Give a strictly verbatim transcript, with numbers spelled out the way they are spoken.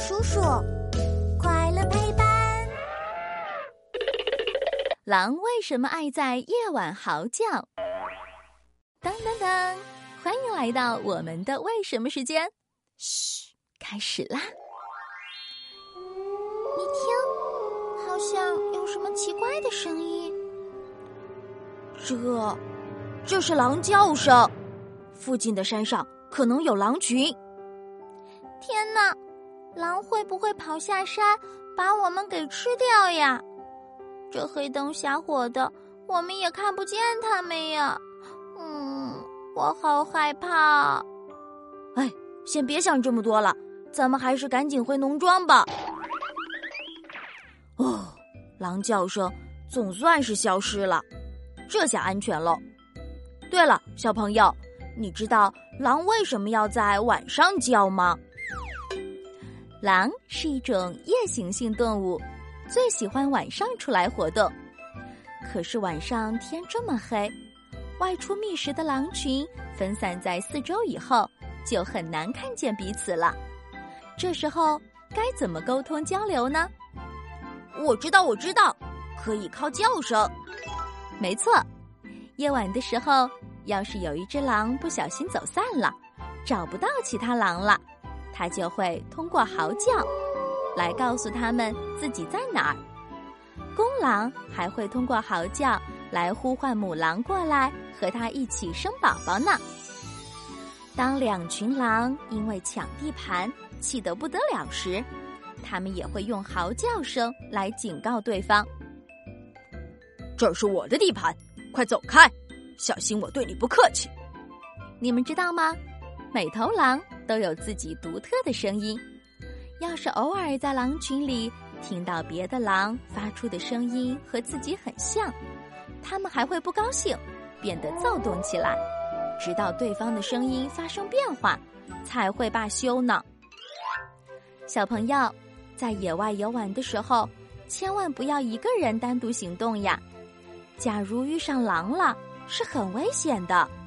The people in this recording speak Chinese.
叔叔，快乐陪伴。 狼为什么爱在夜晚嚎叫？当当当，欢迎来到我们的为什么时间。嘘，开始啦！ 你听，好像有什么奇怪的声音。 这，这是狼叫声。附近的山上可能有狼群。 天哪，狼会不会跑下山把我们给吃掉呀？这黑灯瞎火的，我们也看不见它们呀。嗯，我好害怕。 哎，先别想这么多了，咱们还是赶紧回农庄吧。哦，狼叫声总算是消失了，这下安全了。对了，小朋友，你知道狼为什么要在晚上叫吗？ 狼是一种夜行性动物，最喜欢晚上出来活动。可是晚上天这么黑，外出觅食的狼群分散在四周以后，就很难看见彼此了。这时候该怎么沟通交流呢？ 我知道，我知道，可以靠叫声。 没错，夜晚的时候，要是有一只狼不小心走散了，找不到其他狼了，它就会通过嚎叫来告诉他们自己在哪儿。公狼还会通过嚎叫来呼唤母狼过来和它一起生宝宝呢。当两群狼因为抢地盘气得不得了时，他们也会用嚎叫声来警告对方： 这是我的地盘，快走开，小心我对你不客气。 你们知道吗？每头狼都有自己独特的声音，要是偶尔在狼群里听到别的狼发出的声音和自己很像，他们还会不高兴，变得躁动起来，直到对方的声音发生变化，才会罢休呢。小朋友，在野外游玩的时候，千万不要一个人单独行动呀！假如遇上狼了，是很危险的。